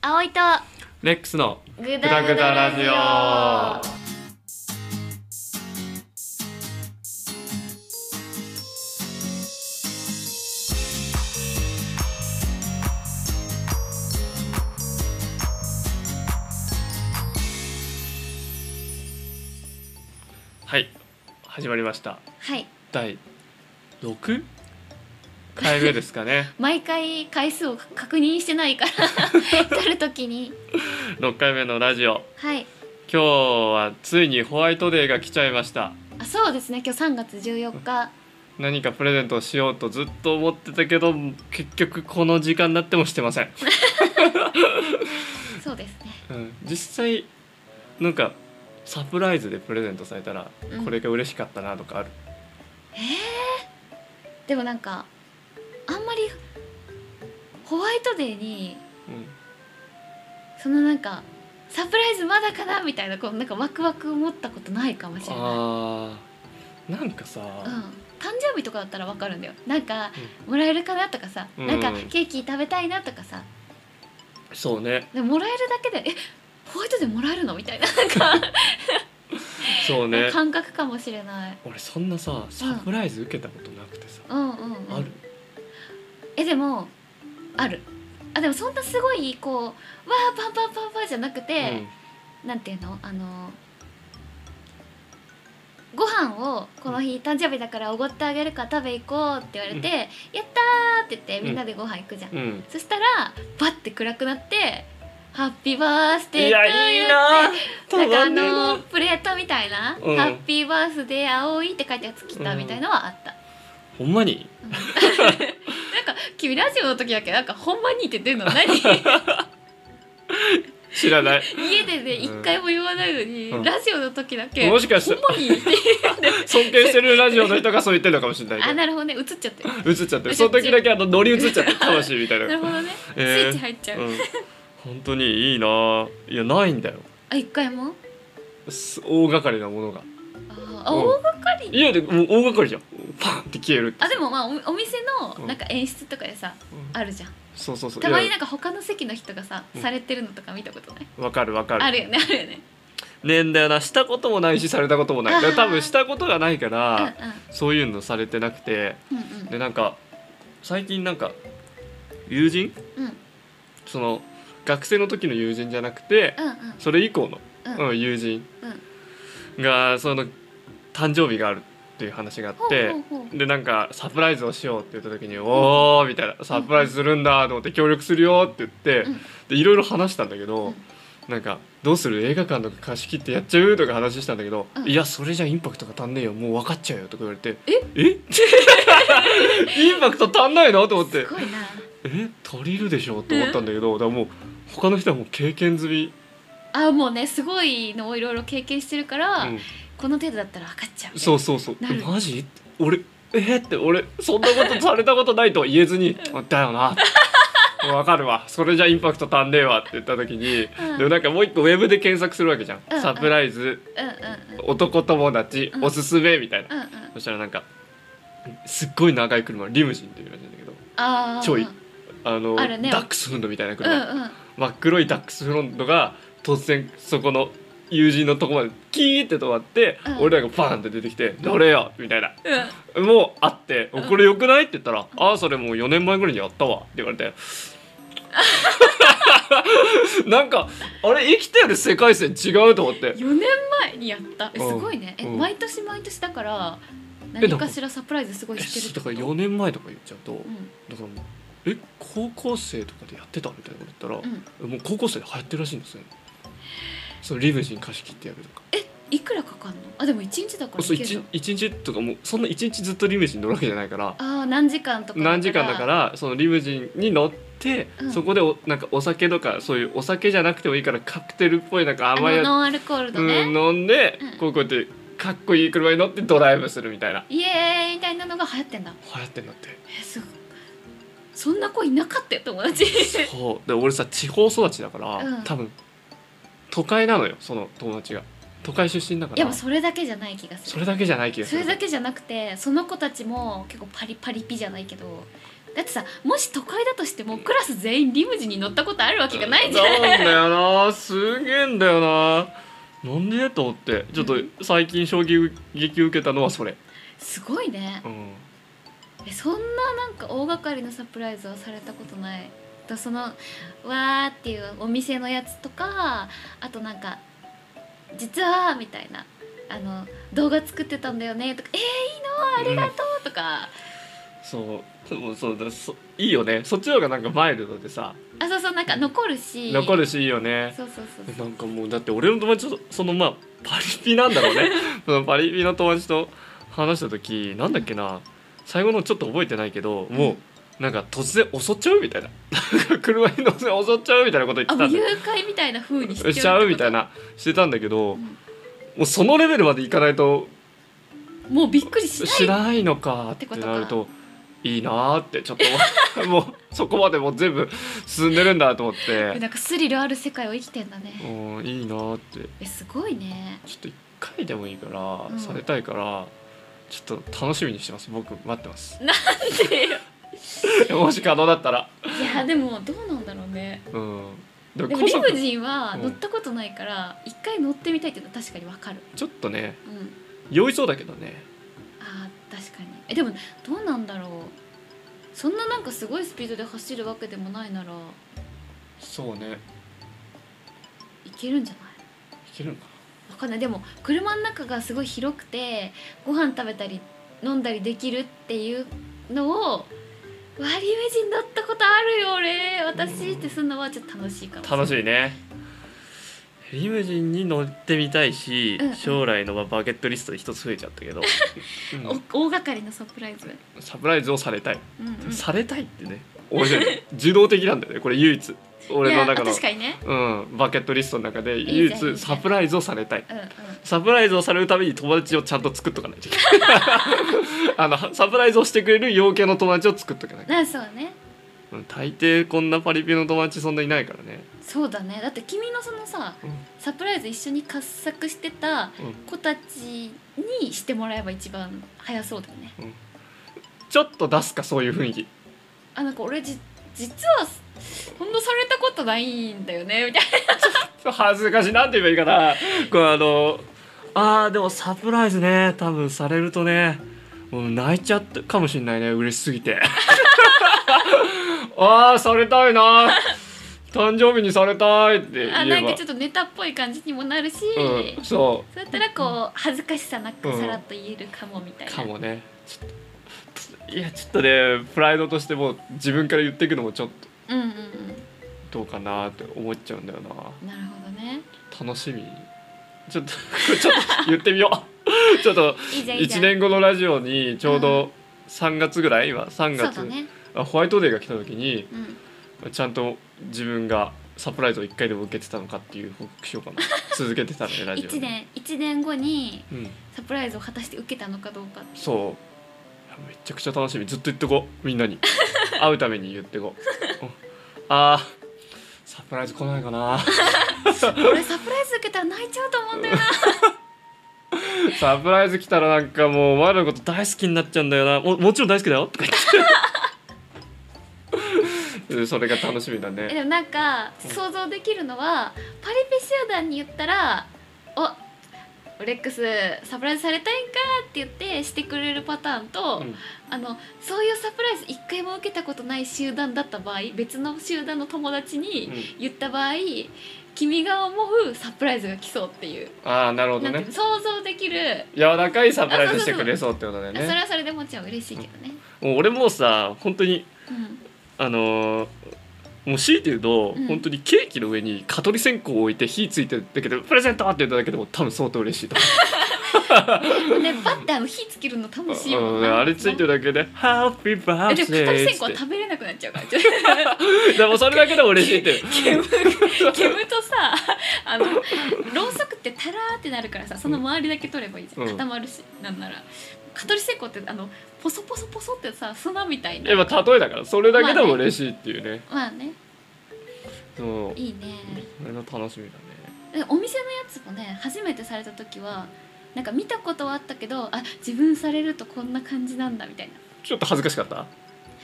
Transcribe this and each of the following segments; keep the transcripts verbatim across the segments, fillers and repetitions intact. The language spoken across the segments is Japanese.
葵とレックスのググダグダラジオ。はい、始まりました。 はい、 だいろくかいめですかね。 毎回回数を確認してないから撮るときにろっかいめのラジオ。 はい、 今日はついにホワイトデーが来ちゃいました。 あ、そうですね。今日さんがつじゅうよっか、 何かプレゼントをしようとずっと思ってたけど、結局この時間になってもしてません。 そうですね、 うん、実際なんかサプライズでプレゼントされたら、うん、これが嬉しかったなとかある？ えー、でもなんかあんまりホワイトデーに、うん、そのなんかサプライズまだかなみたいな、こうなんかワクワク思ったことないかもしれない。 あー、なんかさ、うん、 誕生日とかだったらわかるんだよ。なんか、うん、もらえるかなとかさ、うん、なんかケーキ食べたいなとかさ。 そうね。 でももらえるだけでえホワイトデーもらえるのみたいななんかそうね、 感覚かもしれない。 俺そんなさサプライズ受けたことなくてさ、 うんうんうんうん、 ある？ えでもある。あでもそんなすごいこうわーパンパンパンパンじゃなくて、うん、なんていうの、あのご飯をこの日誕生日だからおごってあげるから食べ行こうって言われて、うん、やったーって言ってみんなでご飯行くじゃん、うん、そしたらバッて暗くなってハッピーバースデーと言って、いやいいな、なんかあのプレートみたいな、うん、ハッピーバースデー葵って書いてあるやつ来たみたいなのはあった、 うん、ほんまに、 うん、なんか君ラジオの時だけなんかほんまにって言ってるの何？ 知らない。 家でね一回も言わないのに、うん、ラジオの時だけもしかしてほんまにって尊敬してるラジオの人がそう言ってるのかもしれない。 あ、なるほどね、映っちゃってる映っちゃってる。その時だけあの乗り移っちゃってる魂みたいな。 なるほどね、えー、スイッチ入っちゃう、うん、 本当にいいな。いやないんだよ。 あ、一回も大掛かりなものが。 ああ、大掛かり。 いやでもう大掛かりじゃん。パンって消えるって。 あでもまあ お, お店のなんか演出とかでさ、うん、あるじゃん。 そうそうそう。 たまになんか他の席の人がさ、されてるのとか見たことない？ わかるわかる。 あるよねあるよね。 ねえんだよな、したこともないしされたこともない。だから多分したことがないから、うんうん、そういうのされてなくて、うんうん、でなんか最近なんか友人、うん、その学生の時の友人じゃなくて、うんうん、それ以降の、うんうん、友人がその誕生日があるっていう話があって、ほうほうほう、でなんかサプライズをしようって言った時に、うん、おーみたいな、サプライズするんだと思って協力するよって言って、うん、でいろいろ話したんだけど、うん、なんかどうする映画館とか貸し切ってやっちゃうとか話したんだけど、うん、いやそれじゃインパクトが足んねえよ、もう分かっちゃうよとか言われて、 ええインパクト足んないのと思って、 すごいな、 え足りるでしょって思ったんだけど、だからもう他の人はもう経験済み。 あ、もうねすごいのをいろいろ経験してるから、うん、この程度だったら分かっちゃう。 そうそうそう。マジ？俺えー、って俺そんなことされたことないとは言えずにだよな。わかるわ。それじゃインパクト足んねえわって言った時に、うん、でもなんかもう一個ウェブで検索するわけじゃん。うんうん、サプライズ、うんうんうん、男友達、うん、おすすめみたいな。うんうん、そしたらなんかすっごい長い車、リムジンっていうらしいんだけど、あちょいあのあ、ね、ダックスフンドみたいな車、うんうん、真っ黒いダックスフンドが突然そこの友人のとこまでキーって止まって、うん、俺らがバーンって出てきて、乗れよみたいな、うん、もうあって、うん、これよくないって言ったら、うん、ああそれもうよねんまえぐらいにやったわって言われてなんかあれ生きてる世界線違うと思って。 よねんまえにやった。えすごいね、うん、え毎年毎年だから何かしらサプライズすごいしてるってこと？ だからよねんまえとか言っちゃうと、うん、だからもうえ高校生とかでやってたみたいなこと言ったら、うん、もう高校生で流行ってるらしいんですよ。そのリムジン貸し切ってやるとか。 えいくらかかんの？あでもいちにちだから。 そう 1, 1日とかもうそんないちにちずっとリムジン乗るわけじゃないから。 あ何時間とかだから何時間だからそのリムジンに乗って、うん、そこでおなんかお酒とかそういうお酒じゃなくてもいいからカクテルっぽいなんか甘いやつノンアルコールのね、 うん、飲んで、うん、こうやってかっこいい車に乗ってドライブするみたいな、 イエーイみたいなのが流行ってんだ。 流行ってんだって。 えすごい。そんな子いなかったよ友達。 そうで俺さ地方育ちだから、うん、多分都会なのよその友達が。都会出身だから。 いやもうそれだけじゃない気がする。 それだけじゃない気がする。 それだけじゃなくてその子たちも結構パリパリピじゃないけどだってさ、もし都会だとしてもクラス全員リムジンに乗ったことあるわけがないじゃん。 なんだよな、すげえんだよな。なんでと思ってちょっと最近衝撃受けたのはそれ。 すごいね、 うん、 えそんななんか大掛かりなサプライズはされたことない。だそのわーっていうお店のやつとか、あとなんか実はみたいな、あの動画作ってたんだよねとか、えー、いいのありがとうとか、 うん、そうでもそうだ、そいいよね、そっちの方がなんかマイルドでさ、 あそうそう、なんか残るし残るしいいよね。 そうそうそうそう、 なんかもうだって俺の友達とそのまあパリピなんだろうねそのパリピの友達と話した時なんだっけな、最後のちょっと覚えてないけど、もうなんか突然襲っちゃうみたいな車に乗せ襲っちゃうみたいなこと言ってたんだ。 あ、もう誘拐みたいな風にしちゃうしちゃうみたいなしてたんだけど、 うん、 もうそのレベルまでいかないともうびっくりしないしないのかってなるといいなーってちょっともうそこまでもう全部進んでるんだと思ってなんかスリルある世界を生きてんだね。 うんいいなーって。 えすごいね。 ちょっと一回でもいいから、 うん、 されたいからちょっと楽しみにしてます。僕待ってます。 なんでよもし可能だったら。 いやでもどうなんだろうね。 うんでもリムジンは乗ったことないから一、うん、回乗ってみたいっていうのは確かにわかる。 ちょっとね、 うん、 酔いそうだけどね。 あー確かに。えでもどうなんだろう、そんななんかすごいスピードで走るわけでもないならそうね、 いけるんじゃない。 いけるんかわかんない。でも車の中がすごい広くてご飯食べたり飲んだりできるっていうのをわリムジン乗ったことあるよ俺私ってするのはちょっと楽しいかもしれない。 楽しいね。リムジンに乗ってみたいし、うんうん、将来のバケットリストで一つ増えちゃったけど、 うん、大掛かりなサプライズサプライズをされたい、 うんうん、 されたいってね面白い受動的なんだよねこれ唯一俺の中の、 確かにね、 うん、バケットリストの中で唯一サプライズをされたい、 うんうん、 サプライズをされるために友達をちゃんと作っとかないといけないあのサプライズをしてくれる陽キャの友達を作っとかないと。 あそうね、 大抵こんなパリピの友達そんないないからね。 そうだね。だって君のそのさ、うん、サプライズ一緒に画策してた子たちにしてもらえば一番早そうだよね、うん、 ちょっと出すかそういう雰囲気。 あなんか俺じ実はほんとされたことないんだよねみたいな恥ずかしいなんて言えばいいかなこれあのあーでもサプライズね多分されるとねもう泣いちゃったかもしれないね嬉しすぎてあーされたいな誕生日にされたいって言えばあなんかちょっとネタっぽい感じにもなるし、 うん、そうそうやったらこう恥ずかしさなくさらっと言えるかもみたいな、 うん、かもねちょっといやちょっとねプライドとしても自分から言っていくのもちょっとうんうんうんどうかなって思っちゃうんだよな。 なるほどね。 楽しみちょっとちょっと言ってみようちょっといちねんごのラジオにちょうどさんがつぐらい今さんがつ、ね、ホワイトデーが来た時に、うん、ちゃんと自分がサプライズをいっかいでも受けてたのかっていう報告しようかな続けてたのねラジオいちねんいちねんごにサプライズを果たして受けたのかどうか、 うん、そうめちゃくちゃ楽しみずっと言ってこうみんなに会うために言ってこうあーサプライズ来ないかな俺サプライズ受けたら泣いちゃうと思うんだよなサプライズ来たらなんかもうお前らのこと大好きになっちゃうんだよな も, もちろん大好きだよとか言ってそれが楽しみだね。 でもなんか想像できるのは、パリピ集団に言ったらおオレックスサプライズされたいんかって言ってしてくれるパターンと、うん、あのそういうサプライズ一回も受けたことない集団だった場合別の集団の友達に言った場合、うん、君が思うサプライズが来そうっていう。 ああなるほどね。 想像できる柔らかいサプライズしてくれそうってことだよね。 それはそれでもちろん嬉しいけどね。 もう俺もさ本当に、 うん、 あのーもう強いて言うと、うん、本当にケーキの上に蚊取り線香を置いて火ついてるだけでプレゼントって言っただけでも多分相当嬉しいと思うねバッてあの火つけるの楽しいもんな、うん、あれついてるだけでハッピーバースデーでも蚊取り線香は食べれなくなっちゃうからでもそれだけでも嬉しいって煙, 煙とさあのろうそくってタラーってなるからさその周りだけ取ればいいじゃん、うん、固まるしなんなら蚊取り線香ってあのポソポソポソってさ砂みたいなやっぱ例えだからそれだけでも嬉しいっていうねまあね、まあねそういいね。 それの楽しみだね。 お店のやつもね初めてされた時はなんか見たことはあったけどあ自分されるとこんな感じなんだみたいなちょっと恥ずかしかった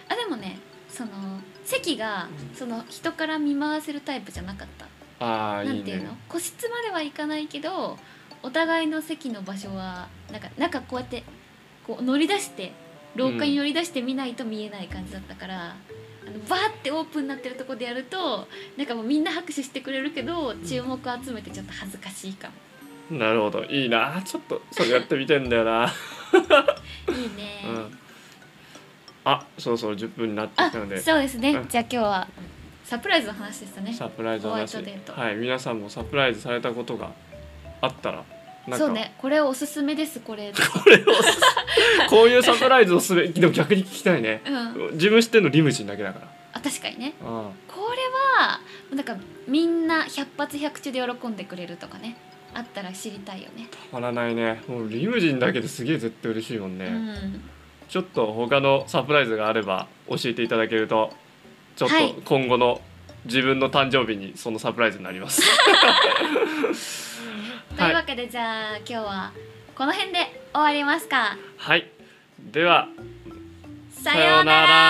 あでもねその席がその人から見回せるタイプじゃなかった。 ああいいね。 なんていうの、個室まではいかないけどお互いの席の場所はなんかなんかこうやってこう乗り出して廊下に乗り出して見ないと見えない感じだったから、うん、あのバーってオープンになってるとこでやるとなんかもうみんな拍手してくれるけど注目集めてちょっと恥ずかしいかも。 なるほど、いいな、ちょっとそれやってみてんだよな。 いいね、 うん、あ、そうそうじゅっぷんになってきたので、 そうですね、 うん、 じゃあ今日はサプライズの話でしたね。 サプライズの話、はい、皆さんもサプライズされたことがあったらなんかそうね、これおすすめです。これこれおすすこういうサプライズをするでも逆に聞きたいね、うん、自分知ってんのリムジンだけだから。 あ確かにね、 うん、 これはなんかみんな百発百中で喜んでくれるとかねあったら知りたいよね。 たまらないね。もうリムジンだけですげえ絶対嬉しいもんね、 うん、 ちょっと他のサプライズがあれば教えていただけるとちょっと今後の自分の誕生日にそのサプライズになります、 というわけで、じゃあ今日はこの辺で終わりますか。 はい、ではさようなら。